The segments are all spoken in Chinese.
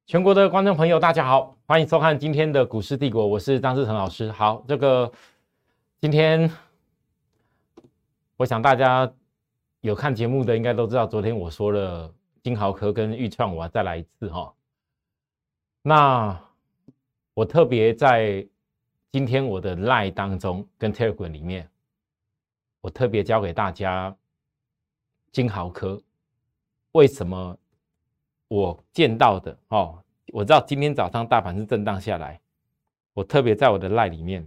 全国的观众朋友，大家好，欢迎收看今天的股市帝国，我是张志成老师。好，今天我想大家有看节目的应该都知道，昨天我说了金豪科跟裕创，我要再来一次哈。那我特别在今天我的 LINE 当中跟 Telegram 里面，我特别教给大家金豪科为什么我见到的哦。我知道今天早上大盘是震荡下来，我特别在我的 LINE 里面，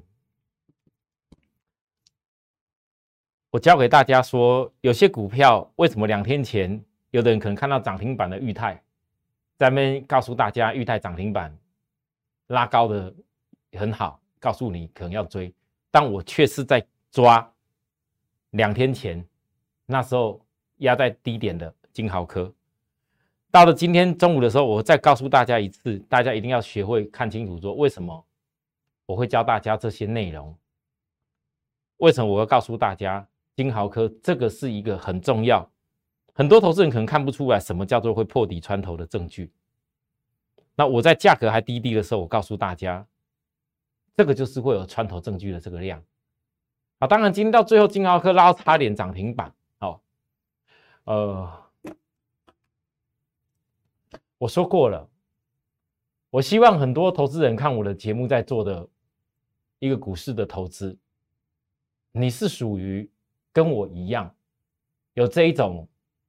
我教给大家说，有些股票为什么2天前有的人可能看到涨停板的裕泰，在那边告诉大家裕泰涨停板拉高的很好，告诉你可能要追，但我却是在抓2天前那时候压在低点的金豪科。到了今天中午的时候，我再告诉大家一次，大家一定要学会看清楚，说为什么我会教大家这些内容，为什么我要告诉大家金豪科这个是一个很重要，很多投资人可能看不出来什么叫做会破底穿头的证据。那我在价格还低的时候，我告诉大家，这个就是会有穿头证据的这个量。好，当然今天到最后金豪科拉到差点涨停板，我说过了，我希望很多投资人看我的节目在做的一个股市的投资，你是属于跟我一样有这一种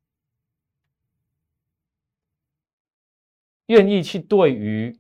愿意去对于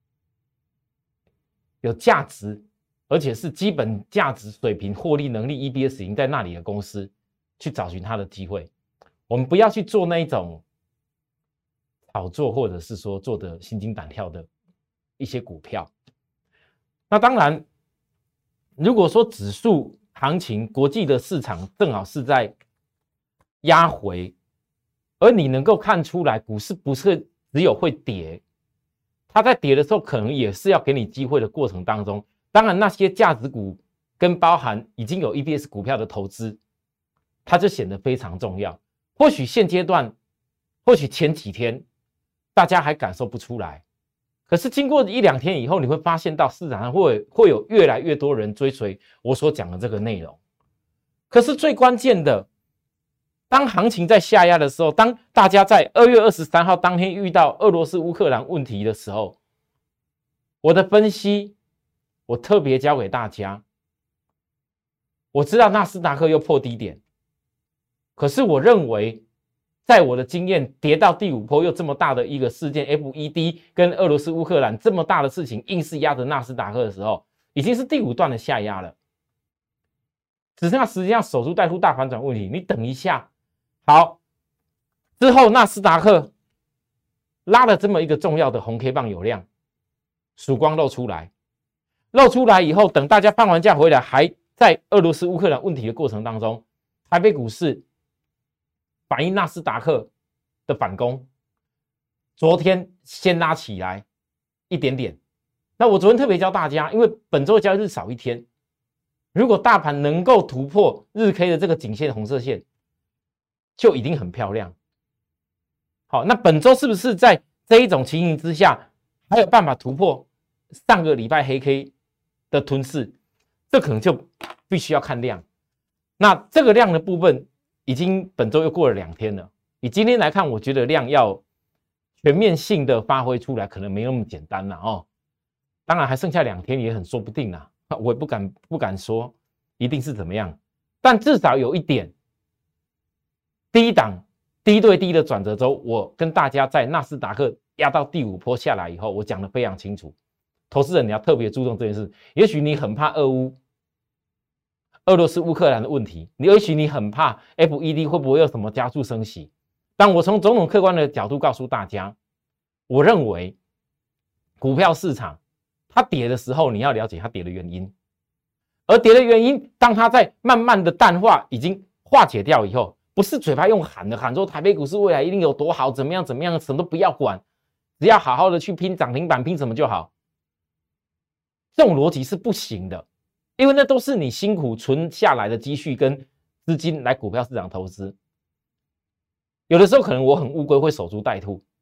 有价值，而且是基本价值水平、获利能力、EPS 已经在那里的公司去找寻它的机会。我们不要去做那一种炒作，或者是说做的心惊胆跳的一些股票。那当然，如果说指数行情、国际的市场正好是在压回，而你能够看出来股市不是只有会跌，它在跌的时候可能也是要给你机会的过程当中，当然那些价值股跟包含已经有 EPS 股票的投资，它就显得非常重要。或许现阶段，或许前几天大家还感受不出来，可是经过1-2天以后，你会发现到市场上会有越来越多人追随我所讲的这个内容。可是最关键的，当行情在下压的时候，当大家在2月23号当天遇到俄罗斯乌克兰问题的时候，我的分析我特别教给大家。我知道纳斯达克又破低点，可是我认为在我的经验，跌到第5波又这么大的一个事件 ，FED 跟俄罗斯乌克兰这么大的事情，硬是压着纳斯达克的时候，已经是第5段的下压了，只剩下实际上守株待兔大反转问题。你等一下，好，之后纳斯达克拉了这么一个重要的红 K 棒有量，曙光露出来以后，等大家放完假回来，还在俄罗斯乌克兰问题的过程当中，台北股市反映纳斯达克的反攻，昨天先拉起来一点点。那我昨天特别教大家，因为本周交易日少1天，如果大盘能够突破日 K 的这个颈线红色线，就已经很漂亮。好，那本周是不是在这一种情形之下，还有办法突破上个礼拜黑 K 的吞噬？这可能就必须要看量。那这个量的部分，已经本周又过了2天了。以今天来看，我觉得量要全面性的发挥出来，可能没那么简单了哦。当然还剩下2天，也很说不定啦。我也不敢说一定是怎么样，但至少有一点，低档低对低的转折周，我跟大家在纳斯达克压到第5波下来以后，我讲得非常清楚。投资人你要特别注重这件事。也许你很怕俄罗斯乌克兰的问题，也许你很怕 FED 会不会有什么加速升息，但我从种种客观的角度告诉大家，我认为股票市场它跌的时候，你要了解它跌的原因，而跌的原因，当它在慢慢的淡化，已经化解掉以后，不是嘴巴用喊说台北股市未来一定有多好，怎么样，什么都不要管，只要好好的去拼涨停板，拼什么就好。这种逻辑是不行的，因为那都是你辛苦存下来的积蓄跟资金来股票市场投资。有的时候可能我很乌龟，会守株待兔，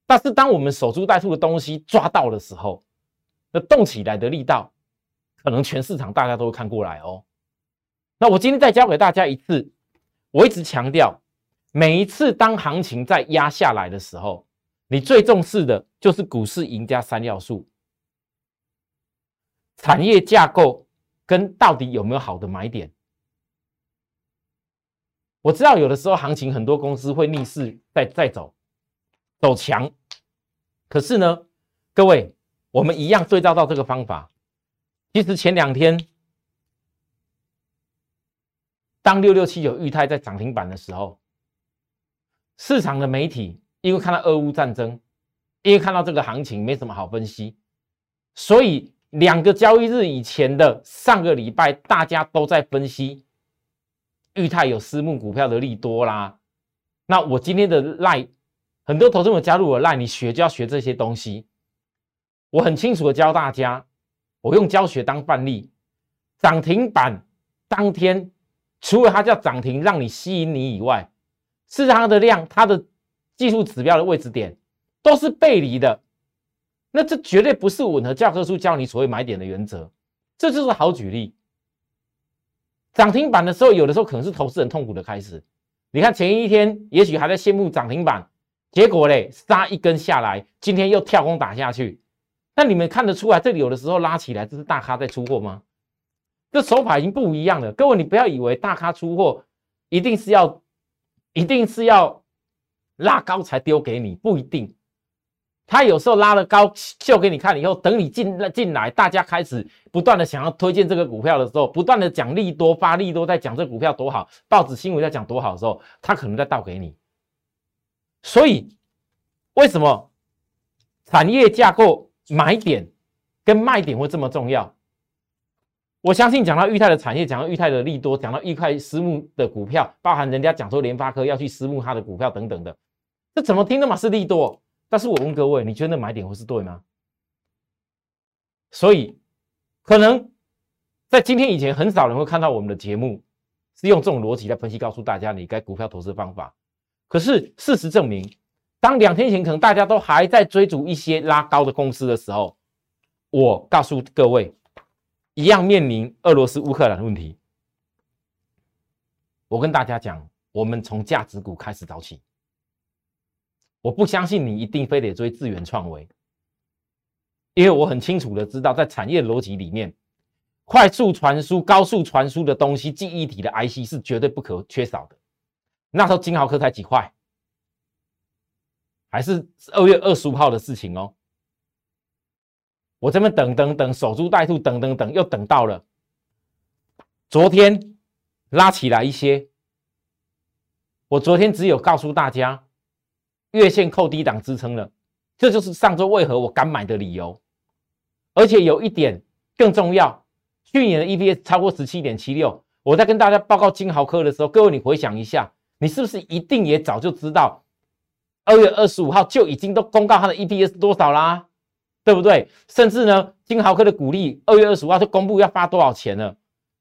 但是当我们守株待兔的东西抓到的时候，那动起来的力道，可能全市场大家都会看过来哦。那我今天再教给大家一次，我一直强调，每一次当行情在压下来的时候，你最重视的就是股市赢家3要素：产业架构跟到底有没有好的买点。我知道有的时候行情很多公司会逆势在走强，可是呢，各位，我们一样对照到这个方法。其实前2天，当6679裕泰在涨停板的时候，市场的媒体因为看到俄乌战争，因为看到这个行情没什么好分析，所以2个交易日以前的上个礼拜，大家都在分析裕泰有私募股票的利多啦。那我今天的 LINE， 很多投资者加入我的 LINE， 你学就要学这些东西。我很清楚的教大家，我用教学当范例，涨停板当天，除了它叫涨停让你吸引你以外，市场的量，它的技术指标的位置点都是背离的，那这绝对不是吻合教科书教你所谓买点的原则。这就是好举例。涨停板的时候，有的时候可能是投资人痛苦的开始。你看前一天也许还在羡慕涨停板，结果嘞杀一根下来，今天又跳空打下去。那你们看得出来，这里有的时候拉起来，这是大咖在出货吗？这手法已经不一样了。各位，你不要以为大咖出货一定是要拉高才丢给你，不一定。他有时候拉了高秀给你看以后，等你进来，大家开始不断的想要推荐这个股票的时候，不断的讲利多，发利多，在讲这个股票多好，报纸新闻在讲多好的时候，他可能在倒给你。所以为什么产业架构买点跟卖点会这么重要？我相信讲到裕泰的产业，讲到裕泰的利多，讲到裕泰私募的股票，包含人家讲说联发科要去私募他的股票等等的，这怎么听都嘛是利多。但是我问各位，你觉得买点会是对吗？所以可能在今天以前，很少人会看到我们的节目是用这种逻辑来分析，告诉大家你该股票投资方法。可是事实证明，当2天前可能大家都还在追逐一些拉高的公司的时候，我告诉各位，一样面临俄罗斯乌克兰的问题。我跟大家讲，我们从价值股开始找起。我不相信你一定非得追智原创惟，因为我很清楚的知道，在产业逻辑里面，快速传输、高速传输的东西，记忆体的 IC 是绝对不可缺少的。那时候金豪科才几块，还是2月25号的事情哦。我这边等，守株待兔，等，又等到了昨天拉起来一些。我昨天只有告诉大家，月线扣低档支撑了，这就是上周为何我敢买的理由。而且有一点更重要，去年的 EPS 超过 17.76， 我在跟大家报告金豪科的时候，各位你回想一下，你是不是一定也早就知道2月25号就已经都公告它的 EPS 多少啦？对不对？甚至呢，金豪科的股利2月25号就公布要发多少钱了，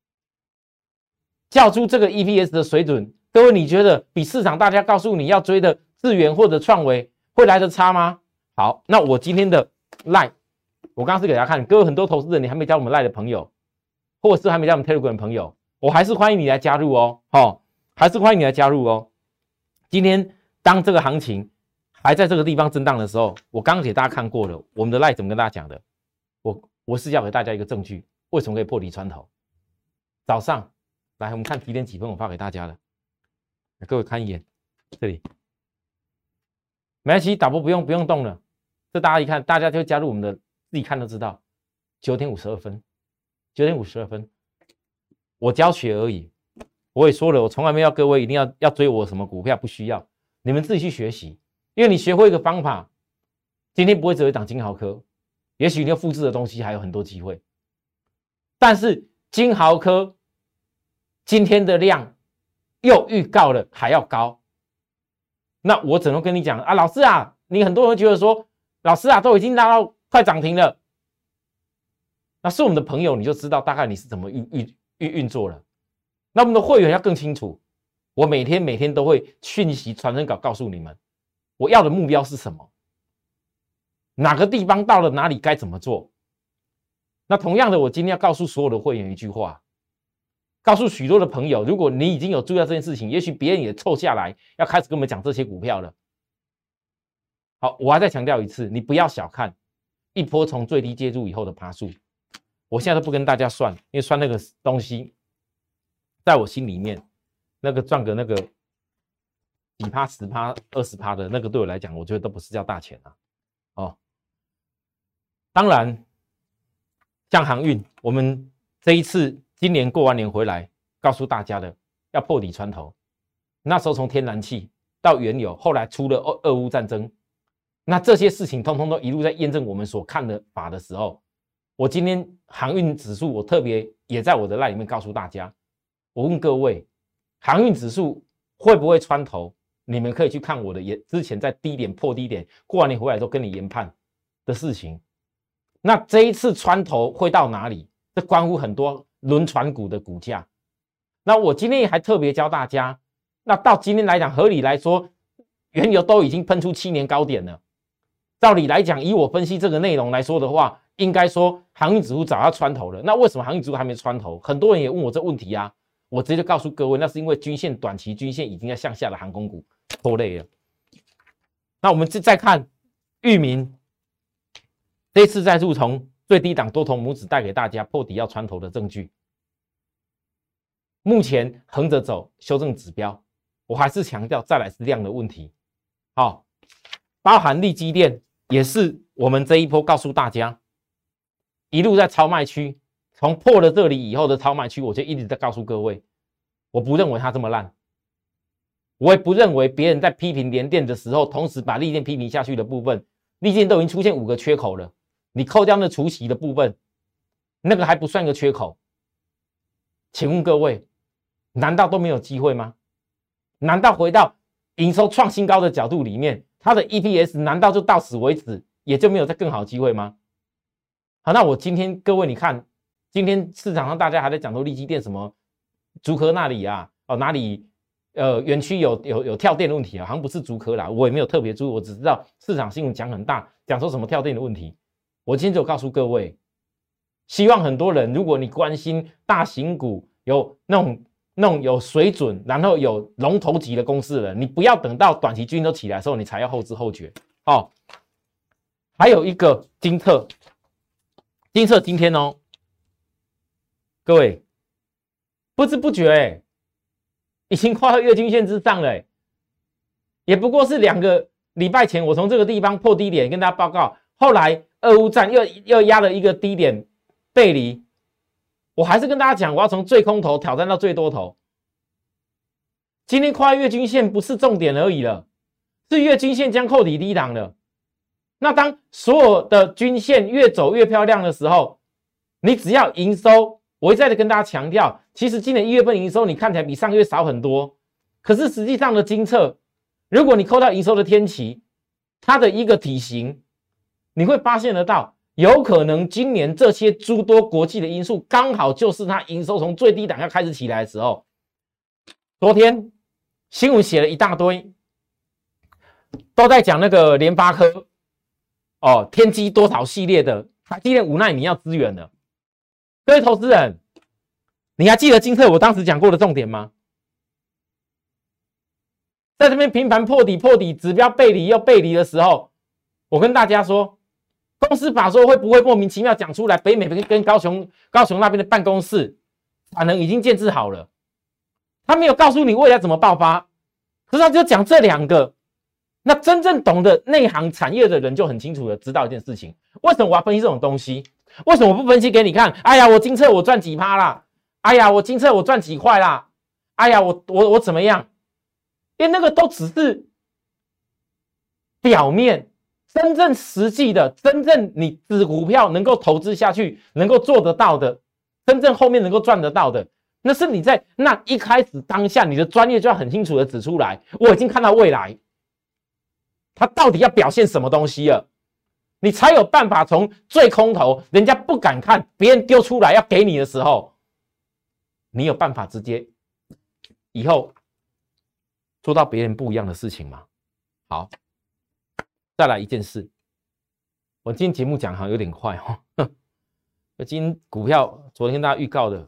叫出这个 EPS 的水准，各位你觉得比市场大家告诉你要追的智原或者创惟会来得差吗？好，那我今天的 LINE， 我刚刚是给大家看，各位很多投资人你还没加我们 LINE 的朋友，或者是还没加我们 Telegram 的朋友，我还是欢迎你来加入哦，还是欢迎你来加入哦。今天当这个行情还在这个地方震荡的时候，我刚刚给大家看过了，我们的 LINE 怎么跟大家讲的？我是要给大家一个证据，为什么可以破底穿头？早上来，我们看几点几分我发给大家的，各位看一眼这里。没关系，导播不用动了，这大家一看，大家就加入我们的，自己看都知道。9点52分，9点52分，我教学而已。我也说了，我从来没有各位一定要追我什么股票，不需要，你们自己去学习。因为你学会一个方法，今天不会只有一档金豪科，也许你要复制的东西还有很多机会。但是金豪科今天的量又预告了还要高。那我只能跟你讲啊，老师啊，你很多人会觉得说，老师啊，都已经拉到快涨停了。那是我们的朋友，你就知道大概你是怎么运作了。那我们的会员要更清楚，我每天都会讯息传真稿告诉你们，我要的目标是什么， 哪个地方到了哪里该怎么做。那同样的，我今天要告诉所有的会员一句话，告诉许多的朋友，如果你已经有注意到这件事情，也许别人也凑下来要开始跟我们讲这些股票了。好，我还再强调一次，你不要小看一波从最低介入以后的爬数。我现在都不跟大家算，因为算那个东西，在我心里面，那个赚个那个几趴、10%、20%的那个，对我来讲，我觉得都不是叫大钱啊。哦，当然，像航运，我们这一次今年过完年回来，告诉大家的要破底穿头。那时候从天然气到原油，后来出了俄乌战争，那这些事情通通都一路在验证我们所看的法的时候，我今天航运指数，我特别也在我的 LINE 里面告诉大家，我问各位，航运指数会不会穿头？你们可以去看我的之前在低点破低点，过完年回来之后跟你研判的事情。那这一次穿头会到哪里？这关乎很多轮船股的股价。那我今天还特别教大家，那到今天来讲，合理来说，原油都已经喷出7年高点了。照理来讲，以我分析这个内容来说的话，应该说航运指数早要穿头了。那为什么航运指数还没穿头？很多人也问我这问题啊。我直接就告诉各位，那是因为短期均线已经在向下的航空股拖累了。那我们再看裕民，这一次再度从最低档多头拇指带给大家破底要穿头的证据。目前横着走，修正指标，我还是强调再来是量的问题。好，包含力积电也是我们这一波告诉大家，一路在超卖区。从破了这里以后的超卖区，我就一直在告诉各位，我不认为它这么烂，我也不认为别人在批评联电的时候，同时把力电批评下去的部分，力电都已经出现5个缺口了，你扣掉那除息的部分，那个还不算一个缺口。请问各位，难道都没有机会吗？难道回到营收创新高的角度里面，它的 EPS 难道就到此为止，也就没有再更好的机会吗？好，那我今天各位你看。今天市场上大家还在讲说力积电什么竹科那里啊，哪里园区有跳电的问题啊，好像不是竹科啦，我也没有特别注意，我只知道市场新闻讲很大，讲说什么跳电的问题。我今天就告诉各位，希望很多人，如果你关心大型股有那种有水准，然后有龙头级的公司的人，你不要等到短期均都起来的时候，你才要后知后觉哦。还有一个金策今天哦。各位，不知不觉已经跨到月均线之上了也不过是2个礼拜前，我从这个地方破低点跟大家报告，后来俄乌战又压了一个低点背离，我还是跟大家讲，我要从最空头挑战到最多头。今天跨月均线不是重点而已了，是月均线将扣底低档了。那当所有的均线越走越漂亮的时候，你只要营收。我一再的跟大家强调，其实今年1月份营收你看起来比上个月少很多，可是实际上的精测，如果你扣到营收的天期，它的一个体型，你会发现得到，有可能今年这些诸多国际的因素，刚好就是它营收从最低档要开始起来的时候。昨天新闻写了一大堆，都在讲那个联发科天玑多少系列的台积电5奈米要支援了。各位投资人，你还记得金策我当时讲过的重点吗？在这边平盘破底指标背离又背离的时候，我跟大家说，公司法说会不会莫名其妙讲出来？北美跟高雄那边的办公室产能已经建置好了，他没有告诉你未来怎么爆发，可是他就讲这2个。那真正懂得内行产业的人就很清楚的知道一件事情：为什么我要分析这种东西？为什么我不分析给你看？哎呀，我金策我赚几趴啦！哎呀，我金策我赚几块啦！哎呀，我怎么样？因为那个都只是表面，真正实际的，真正你股票能够投资下去，能够做得到的，真正后面能够赚得到的，那是你在那一开始当下，你的专业就要很清楚的指出来。我已经看到未来，它到底要表现什么东西了。你才有办法从最空头，人家不敢看，别人丢出来要给你的时候，你有办法直接以后做到别人不一样的事情吗？好，再来一件事， 我今天节目讲好像有点快哦。今天股票昨天跟大家预告的，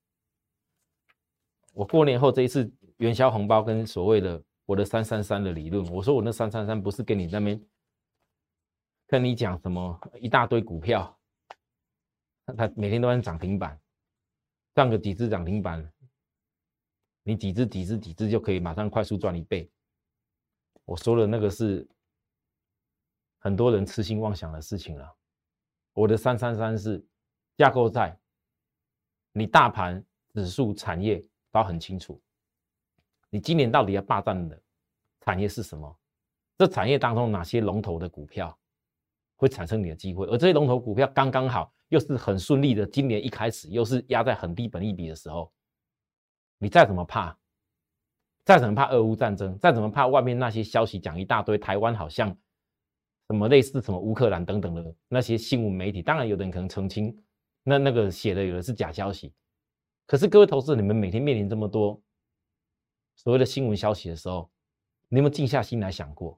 我过年后这一次元宵红包跟所谓的我的333的理论，我说我那333不是跟你那边跟你讲什么一大堆股票，它每天都在涨停板，上个几只涨停板，你几只就可以马上快速赚1倍。我说的那个是很多人痴心妄想的事情了。我的333是架构在你大盘、指数、产业都很清楚。你今年到底要霸占的产业是什么？这产业当中哪些龙头的股票会产生你的机会？而这些龙头股票刚刚好又是很顺利的，今年一开始又是压在很低本益比的时候，你再怎么怕，再怎么怕俄乌战争，再怎么怕外面那些消息讲一大堆，台湾好像什么类似什么乌克兰等等的那些新闻媒体，当然有的人可能澄清，那个写的有的是假消息。可是各位投资者，你们每天面临这么多所谓的新闻消息的时候，你有没有静下心来想过？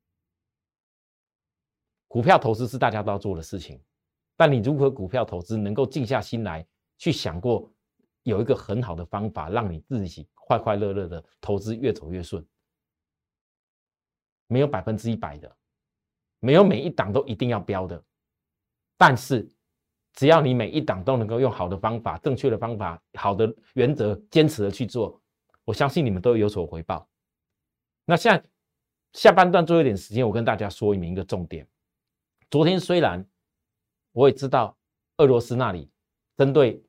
股票投资是大家都要做的事情，但你如何股票投资能够静下心来去想过有一个很好的方法，让你自己快快乐乐的投资越走越顺？没有100%的，没有每一档都一定要标的，但是只要你每一档都能够用好的方法、正确的方法、好的原则，坚持的去做，我相信你们都有所回报。那现在下半段最后一点时间，我跟大家说明一个重点。昨天虽然我也知道俄罗斯那里针对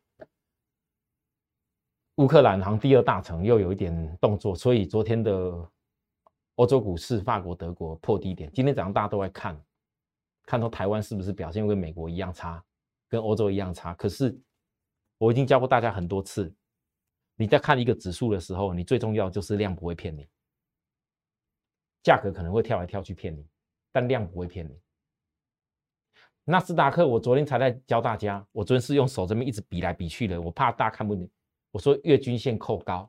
乌克兰行第2大城又有一点动作，所以昨天的欧洲股市、法国、德国破低点。今天早上大家都在看到台湾是不是表现跟美国一样差，跟欧洲一样差。可是我已经教过大家很多次，你在看一个指数的时候，你最重要就是量不会骗你，价格可能会跳来跳去骗你，但量不会骗你。纳斯达克，我昨天才在教大家，我昨天是用手这边一直比来比去的，我怕大家看不见。我说月均线扣高，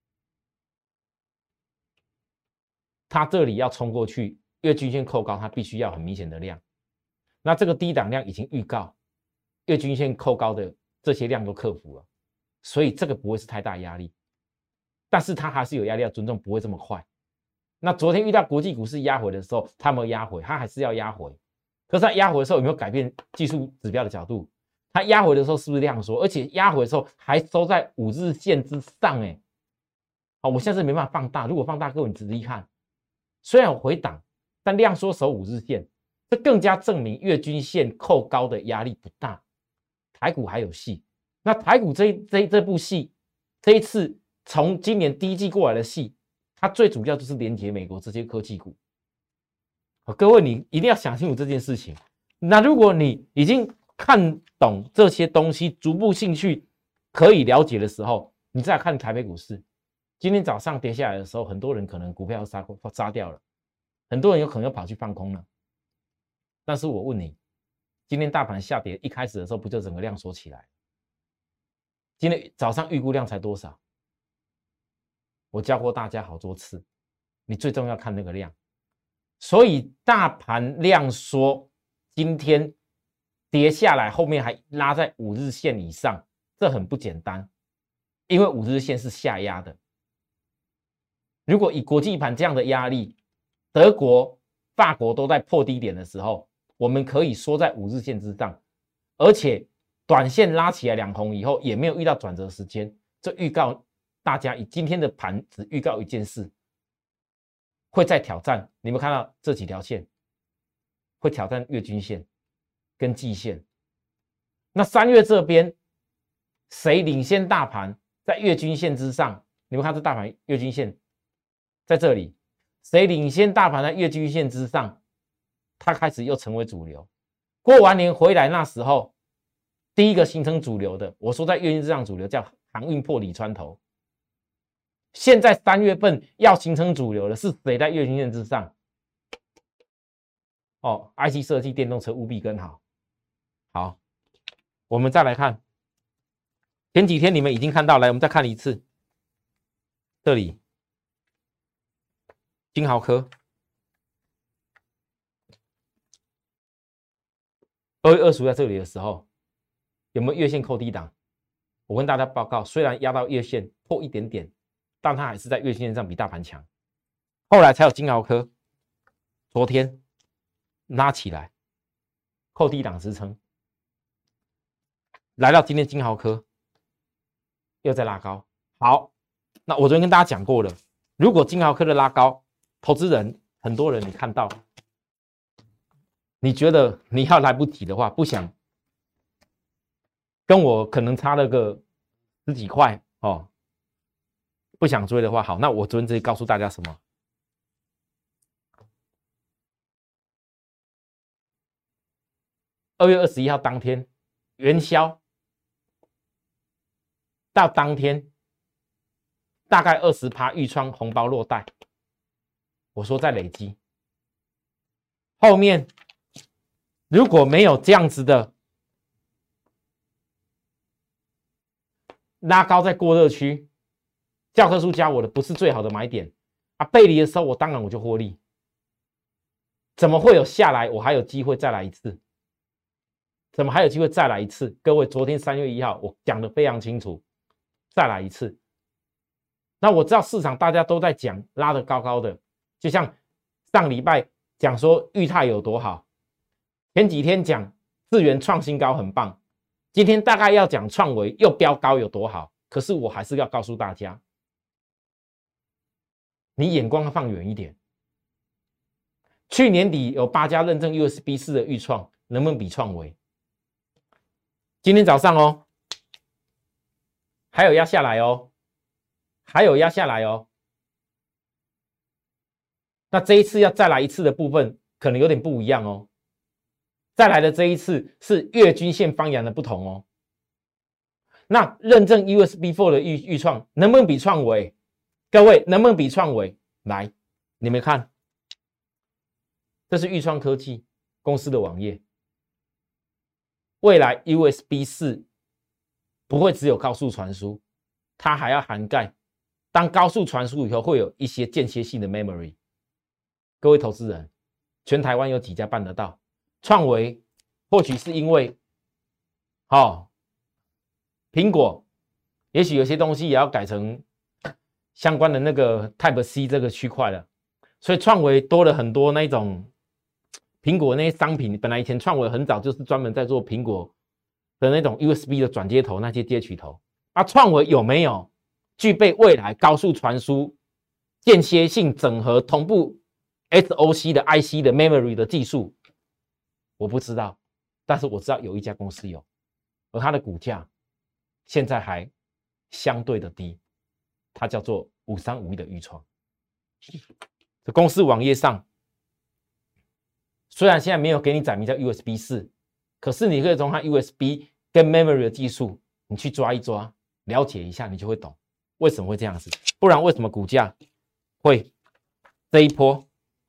它这里要冲过去，月均线扣高，它必须要很明显的量。那这个低档量已经预告，月均线扣高的这些量都克服了，所以这个不会是太大压力。但是它还是有压力，要尊重，不会这么快。那昨天遇到国际股市压回的时候，它没有压回，它还是要压回。可是它压回的时候有没有改变技术指标的角度？它压回的时候是不是量缩？而且压回的时候还收在5日线之上，好，我现在是没办法放大。如果放大，各位你仔细看，虽然有回档，但量缩守5日线，这更加证明月均线扣高的压力不大。台股还有戏。那台股这部戏，这一次从今年第一季过来的戏，它最主要就是连接美国这些科技股。各位，你一定要想清楚这件事情。那如果你已经看懂这些东西，逐步兴趣可以了解的时候，你再来看台北股市。今天早上跌下来的时候，很多人可能股票要杀掉了，很多人有可能要跑去放空了。但是我问你，今天大盘下跌一开始的时候，不就整个量缩起来？今天早上预估量才多少？我教过大家好多次，你最重要看那个量。所以大盘量缩，今天跌下来，后面还拉在5日线以上，这很不简单，因为5日线是下压的。如果以国际盘这样的压力，德国、法国都在破低点的时候，我们可以缩在5日线之上，而且短线拉起来2红以后，也没有遇到转折时间，这预告大家以今天的盘只预告一件事。会再挑战，你们看到这几条线会挑战月均线跟季线。那3月这边谁领先大盘在月均线之上？你们看这大盘月均线在这里，谁领先大盘在月均线之上？它开始又成为主流。过完年回来那时候，第一个形成主流的，我说在月均之上主流叫航运破里穿头。现在3月份要形成主流的是谁在月均线之上？哦 ，IC 设计、电动车务必跟好。好，我们再来看，前几天你们已经看到，来，我们再看一次，这里金豪科， 2月25在这里的时候，有没有月线扣低档？我跟大家报告，虽然压到月线破一点点，但它还是在月线上比大盘强。后来才有金豪科，昨天拉起来，扣低档支撑，来到今天金豪科又在拉高。好，那我昨天跟大家讲过了，如果金豪科的拉高，投资人很多人你看到，你觉得你要来不及的话，不想跟我可能差了个10几块哦，不想追的话，好，那我昨天直接告诉大家什么？2月21号当天元宵到当天大概20%预创红包落袋，我说在累积，后面如果没有这样子的拉高在过热区，教科书教我的不是最好的买点啊，背离的时候我当然我就获利，怎么会有下来我还有机会再来一次？怎么还有机会再来一次？各位，昨天3月1号我讲的非常清楚，再来一次。那我知道市场大家都在讲拉得高高的，就像上礼拜讲说裕泰有多好，前几天讲智原创新高很棒，今天大概要讲创惟又飙高有多好。可是我还是要告诉大家，你眼光要放远一点。去年底有8家认证 USB4 的预创，能不能比创惟？今天早上哦，还有压下来哦，还有压下来哦。那这一次要再来一次的部分，可能有点不一样哦。再来的这一次是月均线方阳的不同哦。那认证 USB4 的预创能不能比创惟？各位能不能比创惟？来，你们看，这是预创科技公司的网页。未来 USB4 不会只有高速传输，它还要涵盖当高速传输以后会有一些间歇性的 memory。各位投资人，全台湾有几家办得到？创惟或许是因为苹果也许有些东西也要改成相关的那个 Type C 这个区块了，所以创惟多了很多那种苹果那些商品。本来以前创惟很早就是专门在做苹果的那种 USB 的转接头，那些接取头啊。创惟有没有具备未来高速传输、间歇性整合、同步 SOC 的 IC 的 memory 的技术？我不知道，但是我知道有一家公司有，而它的股价现在还相对的低，它叫做5351的预创。这公司网页上虽然现在没有给你载明叫 USB4， 可是你可以从它 USB 跟 memory 的技术，你去抓一抓，了解一下，你就会懂为什么会这样子。不然为什么股价会这一波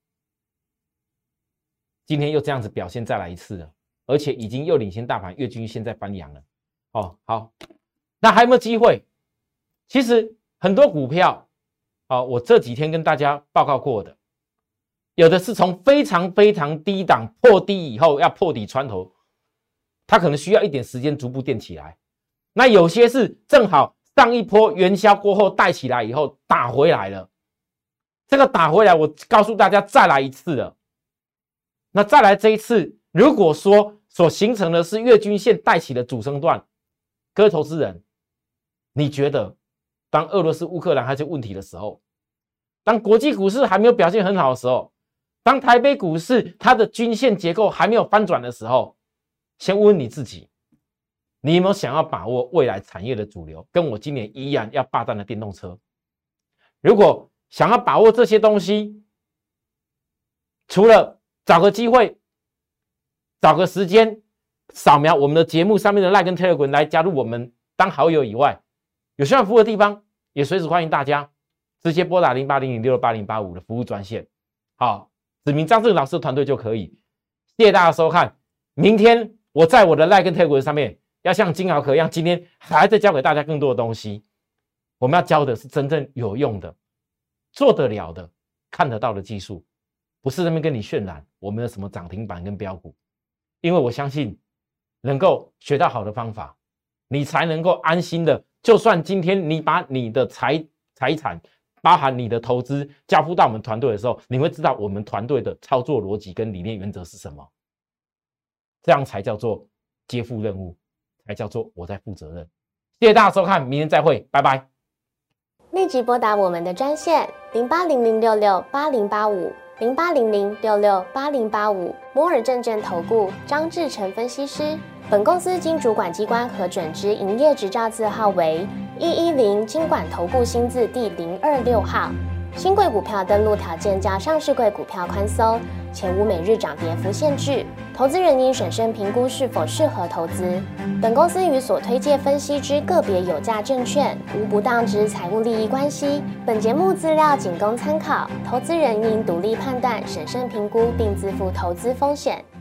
今天又这样子表现再来一次了，而且已经又领先大盘月均线在翻阳了。哦，好，那还有没有机会？其实很多股票我这几天跟大家报告过的，有的是从非常非常低档破低以后要破底穿头，它可能需要一点时间逐步垫起来。那有些是正好上一波元宵过后带起来以后打回来了，这个打回来我告诉大家再来一次了。那再来这一次，如果说所形成的是月均线带起的主升段，各位投资人，你觉得当俄罗斯乌克兰还有问题的时候，当国际股市还没有表现很好的时候，当台北股市它的均线结构还没有翻转的时候，先问你自己，你有没有想要把握未来产业的主流，跟我今年一样要霸占的电动车？如果想要把握这些东西，除了找个机会，找个时间，扫描我们的节目上面的 LINE 跟 Telegram 来加入我们当好友以外，有需要服务的地方，也随时欢迎大家直接拨打0800668085的服务专线。好，指明张正老师的团队就可以。谢谢大家收看，明天我在我的 LINE 跟 Telegram 上面要像金豪科一样，今天还在教给大家更多的东西。我们要教的是真正有用的、做得了的、看得到的技术，不是那边跟你渲染我们有什么涨停板跟标股。因为我相信能够学到好的方法，你才能够安心的，就算今天你把你的财产，包含你的投资交付到我们团队的时候，你会知道我们团队的操作逻辑跟理念原则是什么，这样才叫做接付任务，才叫做我在负责任。谢谢大家收看，明天再会，拜拜。 立即拨打我们的专线08006680850800668085摩尔证券投顾张志成分析师。本公司经主管机关核准之营业执照字号为110金管投顾新字第026号。新贵股票登录条件较上市贵股票宽松，且无每日涨跌幅限制。投资人应审慎评估是否适合投资。本公司与所推介分析之个别有价证券无不当之财务利益关系。本节目资料仅供参考，投资人应独立判断、审慎评估，并自负投资风险。